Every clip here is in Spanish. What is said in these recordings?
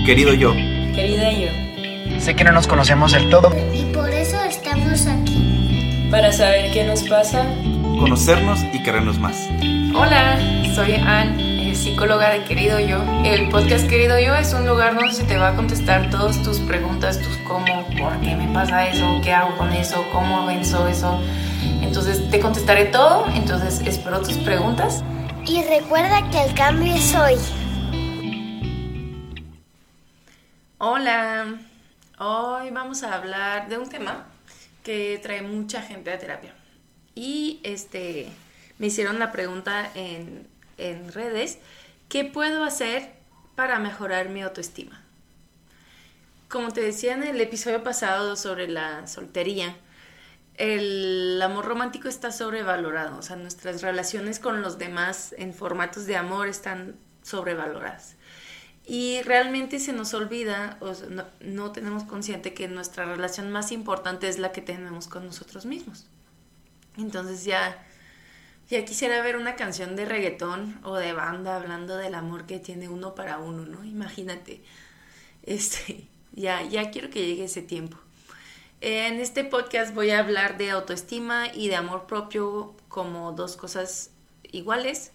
Querido yo. Querida yo. Sé que no nos conocemos del todo. Y por eso estamos aquí. Para saber qué nos pasa. Conocernos y querernos más. Hola, soy Ann, psicóloga de Querido Yo. El podcast Querido Yo es un lugar donde se te va a contestar todas tus preguntas, tus cómo, por qué me pasa eso, qué hago con eso, cómo avanzo eso. Entonces te contestaré todo, entonces espero tus preguntas. Y recuerda que el cambio es hoy. Hola, hoy vamos a hablar de un tema que trae mucha gente a terapia. Y me hicieron la pregunta en redes, ¿qué puedo hacer para mejorar mi autoestima? Como te decía en el episodio pasado sobre la soltería, el amor romántico está sobrevalorado. O sea, nuestras relaciones con los demás en formatos de amor están sobrevaloradas. Y realmente se nos olvida, o sea, no tenemos consciente que nuestra relación más importante es la que tenemos con nosotros mismos. Entonces ya quisiera ver una canción de reggaetón o de banda hablando del amor que tiene uno para uno, ¿no? Imagínate. Ya quiero que llegue ese tiempo. En este podcast voy a hablar de autoestima y de amor propio como dos cosas iguales,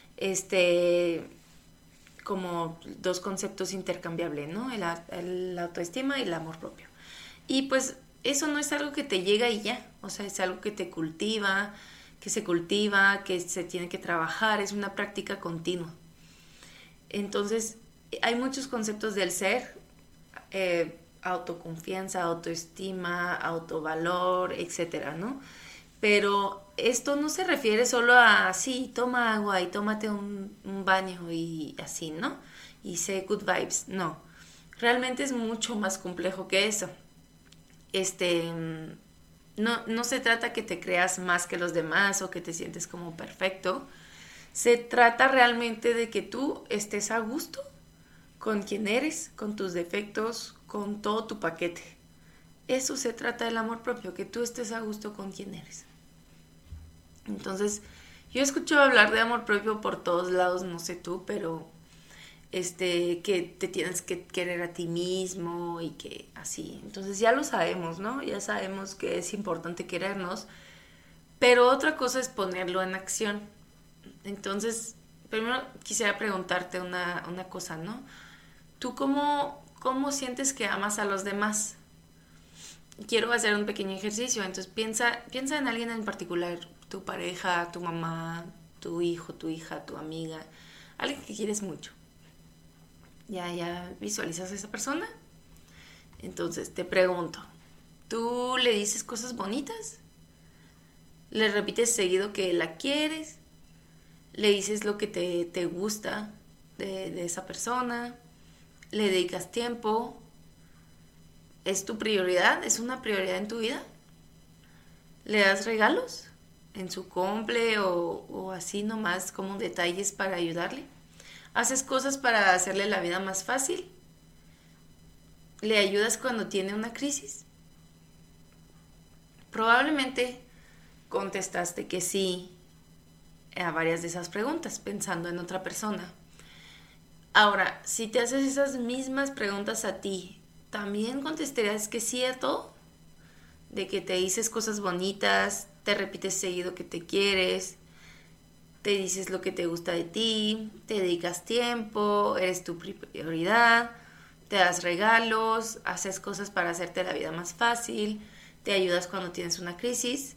como dos conceptos intercambiables, ¿no? El autoestima y el amor propio. Y pues eso no es algo que te llega y ya, o sea, es algo que te cultiva, que se tiene que trabajar, es una práctica continua. Entonces, hay muchos conceptos del ser, autoconfianza, autoestima, autovalor, etcétera, ¿no? Pero esto no se refiere solo a, sí, toma agua y tómate un baño y así, ¿no? Y say good vibes, no. Realmente es mucho más complejo que eso. No se trata que te creas más que los demás o que te sientes como perfecto. Se trata realmente de que tú estés a gusto con quien eres, con tus defectos, con todo tu paquete. Eso se trata del amor propio, que tú estés a gusto con quien eres. Entonces, yo escucho hablar de amor propio por todos lados, no sé tú, pero que te tienes que querer a ti mismo y que así. Entonces ya lo sabemos, ¿no? Ya sabemos que es importante querernos, pero otra cosa es ponerlo en acción. Entonces, primero quisiera preguntarte una cosa, ¿no? ¿Tú cómo sientes que amas a los demás? Quiero hacer un pequeño ejercicio, entonces piensa en alguien en particular, tu pareja, tu mamá, tu hijo, tu hija, tu amiga, alguien que quieres mucho. ¿Ya visualizas a esa persona? Entonces te pregunto, ¿tú le dices cosas bonitas? ¿Le repites seguido que la quieres? ¿Le dices lo que te gusta de esa persona? ¿Le dedicas tiempo? ¿Es tu prioridad? ¿Es una prioridad en tu vida? ¿Le das regalos en su cumple o así nomás como detalles para ayudarle? ¿Haces cosas para hacerle la vida más fácil? ¿Le ayudas cuando tiene una crisis? Probablemente contestaste que sí a varias de esas preguntas, pensando en otra persona. Ahora, si te haces esas mismas preguntas a ti, ¿también contestarías que sí a todo? De que te dices cosas bonitas, te repites seguido que te quieres, te dices lo que te gusta de ti, te dedicas tiempo, eres tu prioridad, te das regalos, haces cosas para hacerte la vida más fácil, te ayudas cuando tienes una crisis.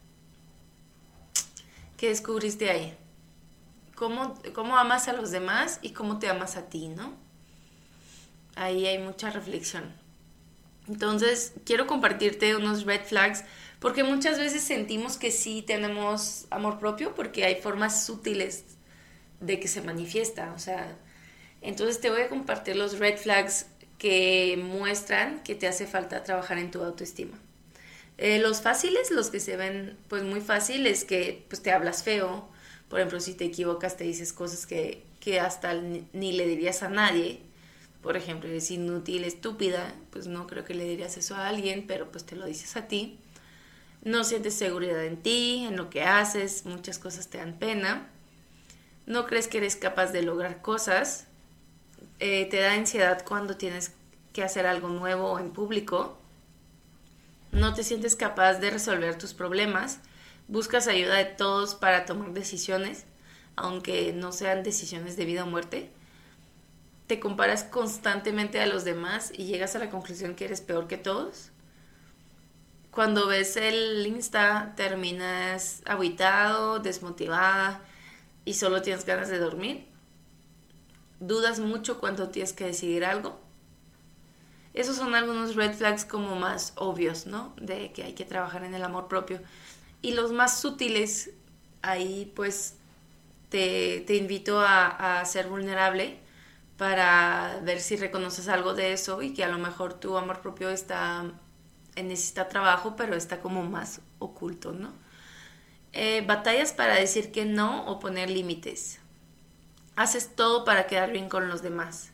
¿Qué descubriste ahí? ¿Cómo amas a los demás y cómo te amas a ti, ¿no? Ahí hay mucha reflexión. Entonces, quiero compartirte unos red flags porque muchas veces sentimos que sí tenemos amor propio porque hay formas sutiles de que se manifiesta, o sea, entonces te voy a compartir los red flags que muestran que te hace falta trabajar en tu autoestima. Los fáciles, los que se ven pues muy fáciles, que pues te hablas feo, por ejemplo, si te equivocas te dices cosas que hasta ni le dirías a nadie. Por ejemplo, eres inútil, estúpida, pues no creo que le dirías eso a alguien, pero pues te lo dices a ti. No sientes seguridad en ti, en lo que haces, muchas cosas te dan pena. No crees que eres capaz de lograr cosas. te da ansiedad cuando tienes que hacer algo nuevo en público, no te sientes capaz de resolver tus problemas, buscas ayuda de todos para tomar decisiones, aunque no sean decisiones de vida o muerte, te comparas constantemente a los demás y llegas a la conclusión que eres peor que todos. Cuando ves el Insta terminas agüitado, desmotivada y solo tienes ganas de dormir. Dudas mucho cuando tienes que decidir algo. Esos son algunos red flags como más obvios, ¿no? De que hay que trabajar en el amor propio. Y los más sutiles, ahí pues te invito a ser vulnerable para ver si reconoces algo de eso y que a lo mejor tu amor propio necesita trabajo, pero está como más oculto, ¿no? Batallas para decir que no o poner límites. Haces todo para quedar bien con los demás.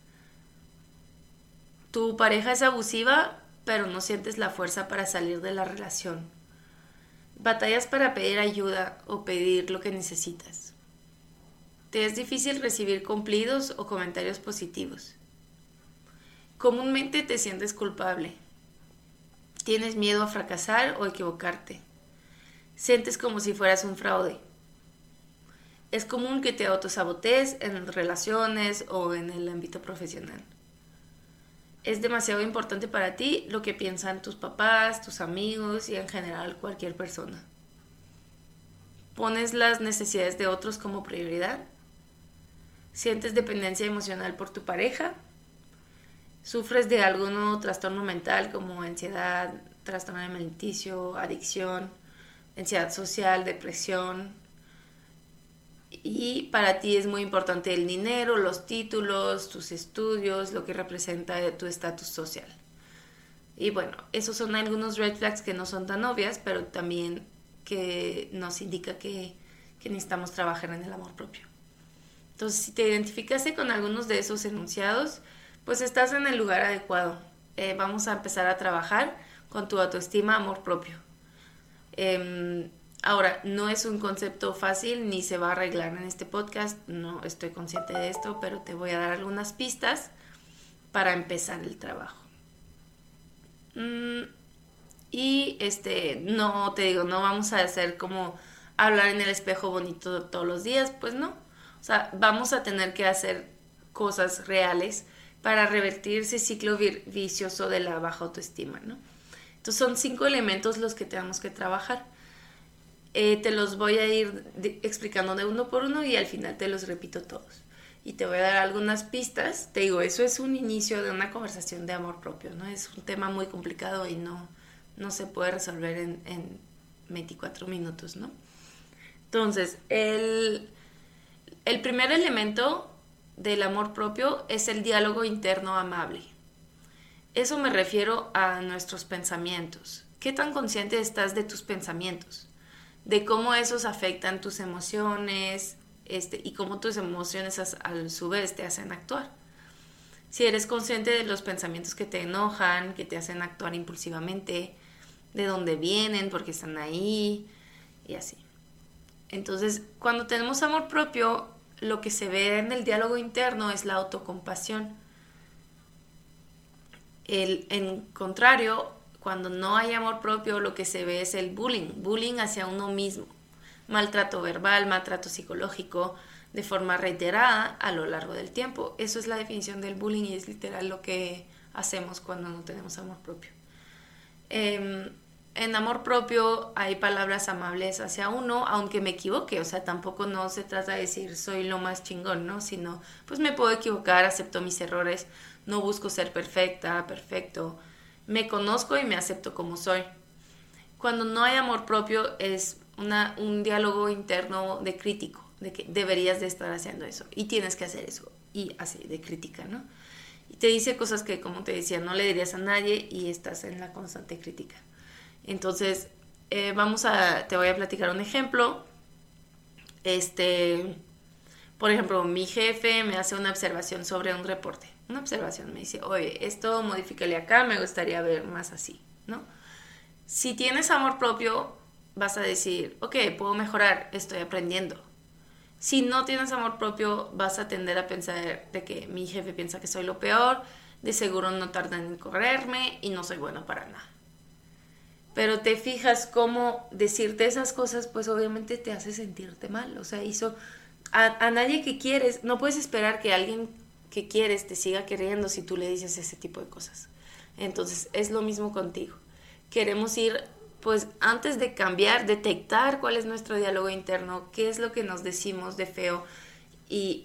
Tu pareja es abusiva, pero no sientes la fuerza para salir de la relación. Batallas para pedir ayuda o pedir lo que necesitas. Te es difícil recibir cumplidos o comentarios positivos. Comúnmente te sientes culpable. Tienes miedo a fracasar o equivocarte. Sientes como si fueras un fraude. Es común que te autosabotees en relaciones o en el ámbito profesional. Es demasiado importante para ti lo que piensan tus papás, tus amigos y en general cualquier persona. ¿Pones las necesidades de otros como prioridad? ¿Sientes dependencia emocional por tu pareja? ¿Sufres de algún trastorno mental como ansiedad, trastorno alimenticio, adicción, ansiedad social, depresión? Y para ti es muy importante el dinero, los títulos, tus estudios, lo que representa tu estatus social. Y bueno, esos son algunos red flags que no son tan obvias, pero también que nos indica que necesitamos trabajar en el amor propio. Entonces, si te identificaste con algunos de esos enunciados, pues estás en el lugar adecuado. Vamos a empezar a trabajar con tu autoestima, amor propio. Ahora, no es un concepto fácil ni se va a arreglar en este podcast, no estoy consciente de esto, pero te voy a dar algunas pistas para empezar el trabajo. Y no te digo, no vamos a hacer como hablar en el espejo bonito todos los días, pues no. O sea, vamos a tener que hacer cosas reales para revertir ese ciclo vicioso de la baja autoestima, ¿no? Entonces son 5 elementos los que tenemos que trabajar. Te los voy a ir explicando de uno por uno y al final te los repito todos. Y te voy a dar algunas pistas. Te digo, eso es un inicio de una conversación de amor propio, ¿no? Es un tema muy complicado y no se puede resolver en 24 minutos, ¿no? Entonces, el primer elemento del amor propio es el diálogo interno amable. Eso me refiero a nuestros pensamientos. ¿Qué tan consciente estás de tus pensamientos? De cómo esos afectan tus emociones y cómo tus emociones a su vez te hacen actuar. Si eres consciente de los pensamientos que te enojan, que te hacen actuar impulsivamente, de dónde vienen, por qué están ahí y así. Entonces, cuando tenemos amor propio, lo que se ve en el diálogo interno es la autocompasión. En contrario, cuando no hay amor propio, lo que se ve es el bullying hacia uno mismo. Maltrato verbal, maltrato psicológico, de forma reiterada a lo largo del tiempo. Eso es la definición del bullying y es literal lo que hacemos cuando no tenemos amor propio. En amor propio hay palabras amables hacia uno, aunque me equivoque, o sea, tampoco no se trata de decir soy lo más chingón, ¿no? Sino, pues me puedo equivocar, acepto mis errores, no busco ser perfecto, me conozco y me acepto como soy. Cuando no hay amor propio es un diálogo interno de crítico, de que deberías de estar haciendo eso y tienes que hacer eso, y así, de crítica, ¿no? Y te dice cosas que, como te decía, no le dirías a nadie y estás en la constante crítica. Entonces, te voy a platicar un ejemplo. Por ejemplo, mi jefe me hace una observación sobre un reporte. Una observación, me dice, oye, esto modifícale acá, me gustaría ver más así, ¿no? Si tienes amor propio, vas a decir, ok, puedo mejorar, estoy aprendiendo. Si no tienes amor propio, vas a tender a pensar de que mi jefe piensa que soy lo peor, de seguro no tardan en correrme y no soy bueno para nada. Pero te fijas cómo decirte esas cosas, pues obviamente te hace sentirte mal. O sea, a nadie que quieres, no puedes esperar que alguien que quieres te siga queriendo si tú le dices ese tipo de cosas. Entonces es lo mismo contigo. Queremos ir, pues antes de cambiar, detectar cuál es nuestro diálogo interno, qué es lo que nos decimos de feo y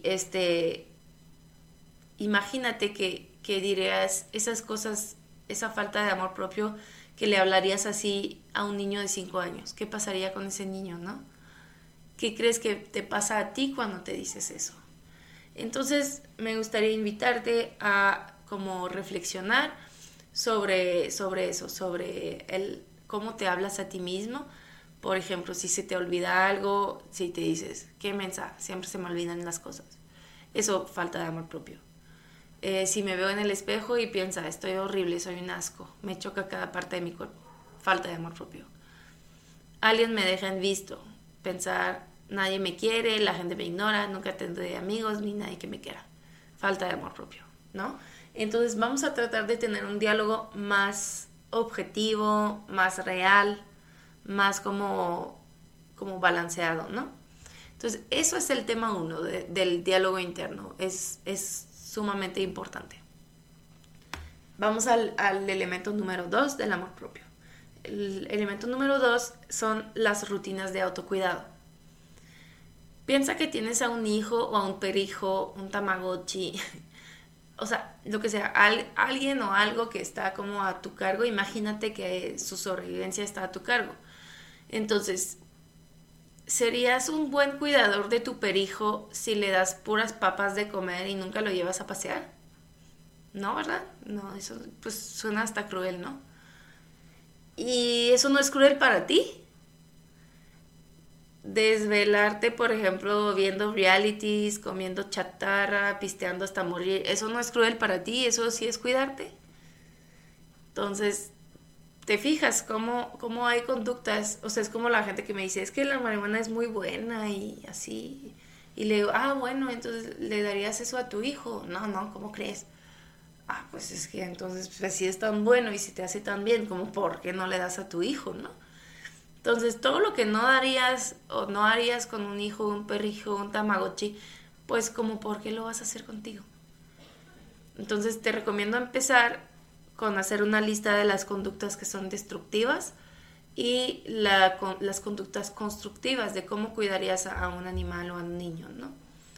imagínate que dirías esas cosas, esa falta de amor propio, que le hablarías así a un niño de 5 años. ¿Qué pasaría con ese niño, no? ¿Qué crees que te pasa a ti cuando te dices eso? Entonces me gustaría invitarte a como reflexionar sobre eso, sobre cómo te hablas a ti mismo. Por ejemplo, si se te olvida algo, si te dices, qué mensa, siempre se me olvidan las cosas. Eso, falta de amor propio. Si me veo en el espejo y piensa, estoy horrible, soy un asco, me choca cada parte de mi cuerpo, falta de amor propio. Alguien me deja en visto, pensar, nadie me quiere, la gente me ignora, nunca tendré amigos ni nadie que me quiera, falta de amor propio, ¿no? Entonces vamos a tratar de tener un diálogo más objetivo, más real, más como balanceado, ¿no? Entonces eso es el tema 1 del diálogo interno, es sumamente importante. Vamos al elemento número 2 del amor propio. El elemento número 2 son las rutinas de autocuidado. Piensa que tienes a un hijo o a un perijo, un tamagotchi, o sea, lo que sea, alguien o algo que está como a tu cargo. Imagínate que su sobrevivencia está a tu cargo. Entonces, ¿serías un buen cuidador de tu perijo si le das puras papas de comer y nunca lo llevas a pasear? No, ¿verdad? No, eso pues suena hasta cruel, ¿no? Y eso no es cruel para ti. Desvelarte, por ejemplo, viendo realities, comiendo chatarra, pisteando hasta morir, eso no es cruel para ti, eso sí es cuidarte. Entonces, te fijas cómo hay conductas, o sea, es como la gente que me dice, es que la marihuana es muy buena y así, y le digo, bueno, entonces, ¿le darías eso a tu hijo? No, ¿cómo crees? Pues es que entonces, pues si es tan bueno y si te hace tan bien, como ¿por qué no le das a tu hijo, no? Entonces, todo lo que no darías o no harías con un hijo, un perrijo, un tamagotchi, pues como ¿por qué lo vas a hacer contigo? Entonces, te recomiendo empezar con hacer una lista de las conductas que son destructivas y las conductas constructivas de cómo cuidarías a un animal o a un niño, ¿no?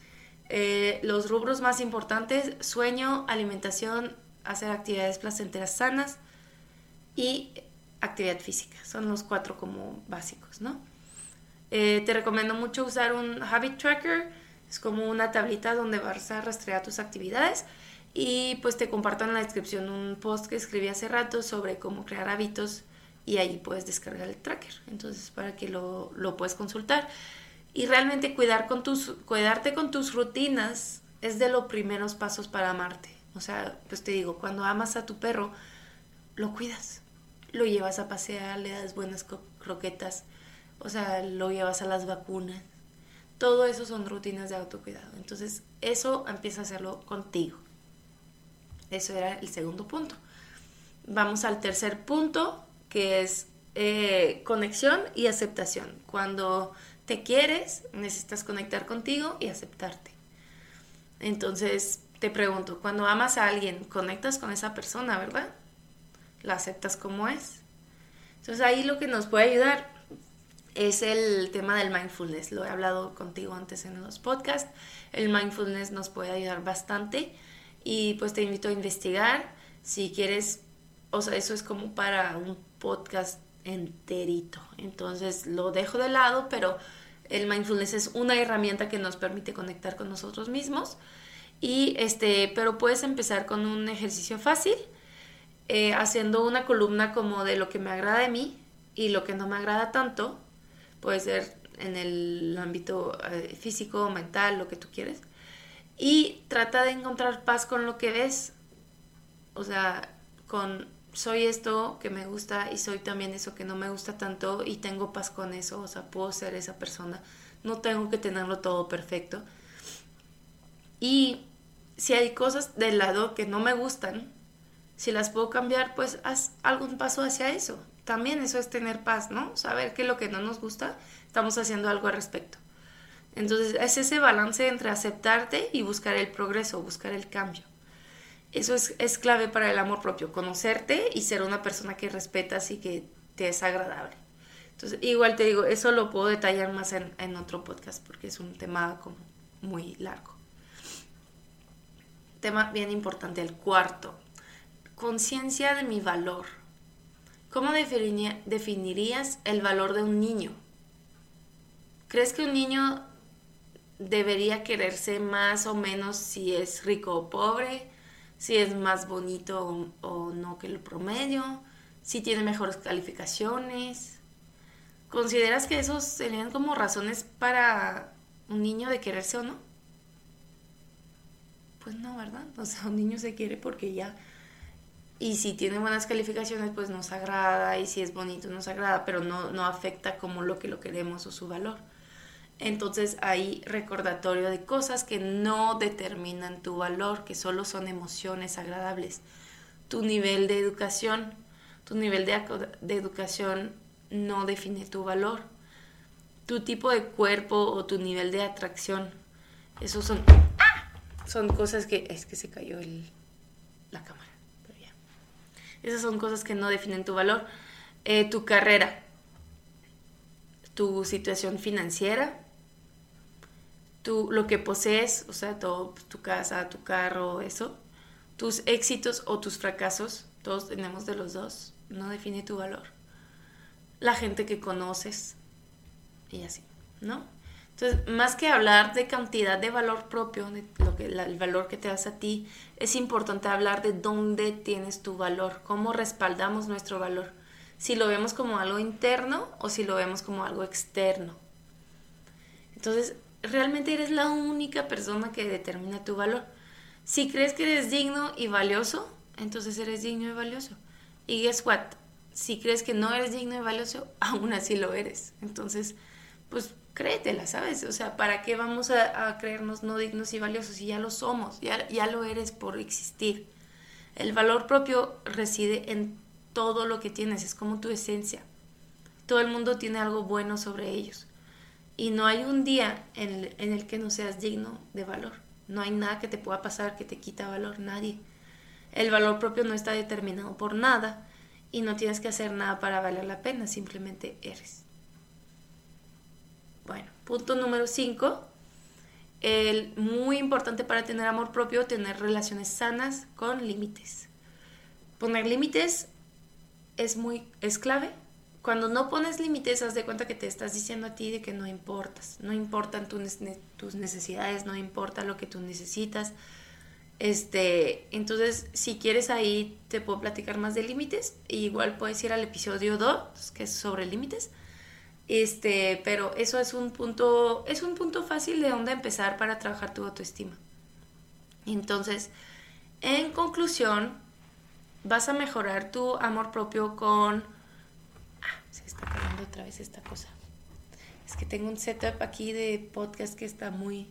Los rubros más importantes: sueño, alimentación, hacer actividades placenteras sanas y actividad física. Son los 4 como básicos, ¿no? Te recomiendo mucho usar un habit tracker. Es como una tablita donde vas a rastrear tus actividades. Y pues te comparto en la descripción un post que escribí hace rato sobre cómo crear hábitos y ahí puedes descargar el tracker. Entonces, para que lo puedes consultar. Y realmente cuidarte con tus rutinas es de los primeros pasos para amarte. O sea, pues te digo, cuando amas a tu perro, lo cuidas. Lo llevas a pasear, le das buenas croquetas, o sea, lo llevas a las vacunas. Todo eso son rutinas de autocuidado. Entonces, eso empieza a hacerlo contigo. Eso era el segundo punto. Vamos al tercer punto, que es conexión y aceptación. Cuando te quieres, necesitas conectar contigo y aceptarte. Entonces, te pregunto, cuando amas a alguien, conectas con esa persona, ¿verdad? La aceptas como es. Entonces, ahí lo que nos puede ayudar es el tema del mindfulness. Lo he hablado contigo antes en los podcasts. El mindfulness nos puede ayudar bastante y pues te invito a investigar si quieres. O sea, eso es como para un podcast enterito. Entonces lo dejo de lado, pero el mindfulness es una herramienta que nos permite conectar con nosotros mismos. Pero puedes empezar con un ejercicio fácil, haciendo una columna como de lo que me agrada de mí y lo que no me agrada tanto. Puede ser en el ámbito físico, mental, lo que tú quieres. Y trata de encontrar paz con lo que ves. O sea, soy esto que me gusta y soy también eso que no me gusta tanto y tengo paz con eso. O sea, puedo ser esa persona no tengo que tenerlo todo perfecto. Y si hay cosas del lado que no me gustan, si las puedo cambiar, pues haz algún paso hacia eso. También eso es tener paz, ¿no? Saber que lo que no nos gusta, estamos haciendo algo al respecto. Entonces es ese balance entre aceptarte y buscar el progreso, buscar el cambio. Eso es clave para el amor propio, conocerte y ser una persona que respetas y que te es agradable. Entonces, igual te digo, eso lo puedo detallar más en otro podcast porque es un tema como muy largo. Tema bien importante, el cuarto. Conciencia de mi valor. ¿Cómo definirías el valor de un niño? ¿Crees que un niño debería quererse más o menos si es rico o pobre? ¿Si es más bonito o no que el promedio? ¿Si tiene mejores calificaciones? ¿Consideras que esos serían como razones para un niño de quererse o no? Pues no, ¿verdad? O sea, un niño se quiere porque ya... Y si tiene buenas calificaciones, pues nos agrada. Y si es bonito, nos agrada. Pero no afecta como lo que lo queremos o su valor. Entonces hay recordatorio de cosas que no determinan tu valor, que solo son emociones agradables. Tu nivel de educación. Tu nivel de educación no define tu valor. Tu tipo de cuerpo o tu nivel de atracción. Esos son cosas que... Es que se cayó la cámara. Pero ya. Esas son cosas que no definen tu valor. Tu carrera. Tu situación financiera. Lo que posees, o sea, todo, tu casa, tu carro, eso. Tus éxitos o tus fracasos. Todos tenemos de los dos. No define tu valor. La gente que conoces. Y así, ¿no? Entonces, más que hablar de cantidad de valor propio, de el valor que te das a ti, es importante hablar de dónde tienes tu valor, cómo respaldamos nuestro valor, si lo vemos como algo interno o si lo vemos como algo externo. Entonces, realmente eres la única persona que determina tu valor. Si crees que eres digno y valioso, entonces eres digno y valioso. Y guess what? Si crees que no eres digno y valioso, aún así lo eres. Entonces, pues créetela, ¿sabes? O sea, ¿para qué vamos a creernos no dignos y valiosos si ya lo somos? Ya lo eres por existir. El valor propio reside en todo lo que tienes, es como tu esencia. Todo el mundo tiene algo bueno sobre ellos. Y no hay un día en el que no seas digno de valor. No hay nada que te pueda pasar que te quita valor, nadie. El valor propio no está determinado por nada y no tienes que hacer nada para valer la pena, simplemente eres. Bueno, punto número 5. Muy importante para tener amor propio, tener relaciones sanas con límites. Poner límites es clave. Cuando no pones límites, haz de cuenta que te estás diciendo a ti de que no importas. No importan tus necesidades, no importa lo que tú necesitas. Entonces, si quieres ahí te puedo platicar más de límites. Igual puedes ir al episodio 2, que es sobre límites. Pero eso es un punto fácil de dónde empezar para trabajar tu autoestima. Entonces, en conclusión, vas a mejorar tu amor propio con... se está cayendo otra vez esta cosa. Es que tengo un setup aquí de podcast que está muy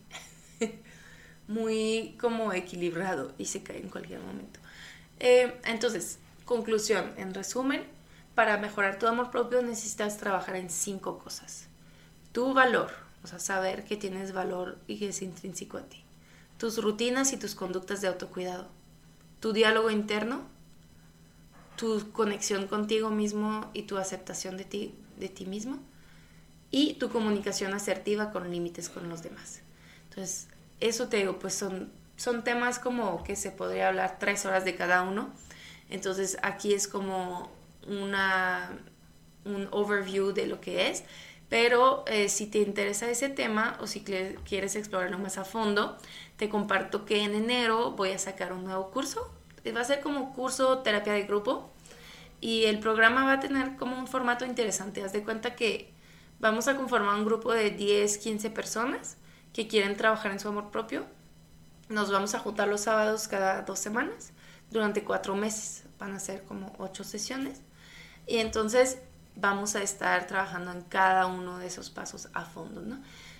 muy como equilibrado y se cae en cualquier momento. Entonces, conclusión, en resumen, para mejorar tu amor propio necesitas trabajar en 5 cosas. Tu valor, o sea, saber que tienes valor y que es intrínseco a ti. Tus rutinas y tus conductas de autocuidado. Tu diálogo interno. Tu conexión contigo mismo y tu aceptación de ti mismo. Y tu comunicación asertiva con límites con los demás. Entonces, eso te digo, pues son temas como que se podría hablar 3 horas de cada uno. Entonces, aquí es como un overview de lo que es, pero si te interesa ese tema o si quieres explorarlo más a fondo, te comparto que en enero voy a sacar un nuevo curso. Va a ser como curso terapia de grupo y el programa va a tener como un formato interesante. Haz de cuenta que vamos a conformar un grupo de 10, 15 personas que quieren trabajar en su amor propio. Nos vamos a juntar los sábados cada 2 semanas durante 4 meses. Van a ser como 8 sesiones. Y entonces vamos a estar trabajando en cada uno de esos pasos a fondo, ¿no?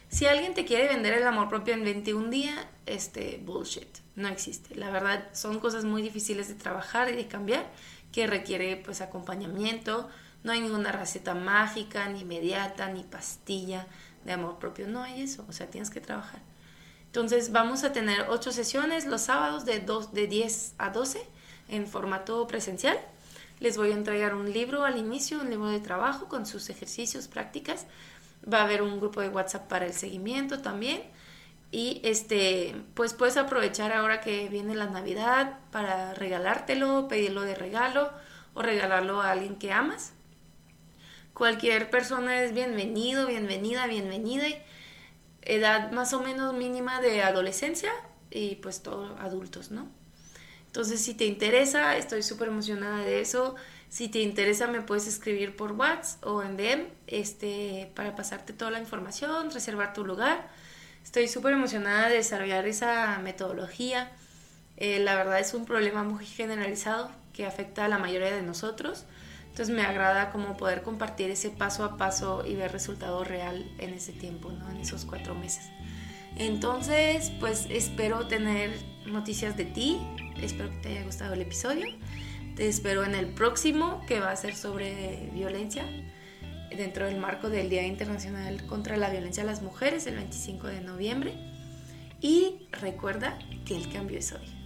Si alguien te quiere vender el amor propio en 21 días, bullshit, no existe. La verdad, son cosas muy difíciles de trabajar y de cambiar, que requiere pues acompañamiento. No hay ninguna receta mágica, ni inmediata, ni pastilla de amor propio. No hay eso, o sea, tienes que trabajar. Entonces vamos a tener 8 sesiones los sábados de 10 a 12 en formato presencial. Les voy a entregar un libro al inicio, un libro de trabajo con sus ejercicios, prácticas. Va a haber un grupo de WhatsApp para el seguimiento también. Y pues puedes aprovechar ahora que viene la Navidad para regalártelo, pedirlo de regalo o regalarlo a alguien que amas. Cualquier persona es bienvenido, bienvenida. Edad más o menos mínima de adolescencia y pues todos adultos, ¿no? Entonces, si te interesa, estoy súper emocionada de eso. Si te interesa, me puedes escribir por WhatsApp o en DM para pasarte toda la información, reservar tu lugar. Estoy súper emocionada de desarrollar esa metodología. La verdad es un problema muy generalizado que afecta a la mayoría de nosotros. Entonces me agrada como poder compartir ese paso a paso y ver resultado real en ese tiempo, ¿no? En esos 4 meses. Entonces, pues espero tener noticias de ti. Espero que te haya gustado el episodio. Te espero en el próximo, que va a ser sobre violencia, dentro del marco del Día Internacional contra la Violencia a las Mujeres, el 25 de noviembre. Y recuerda que el cambio es hoy.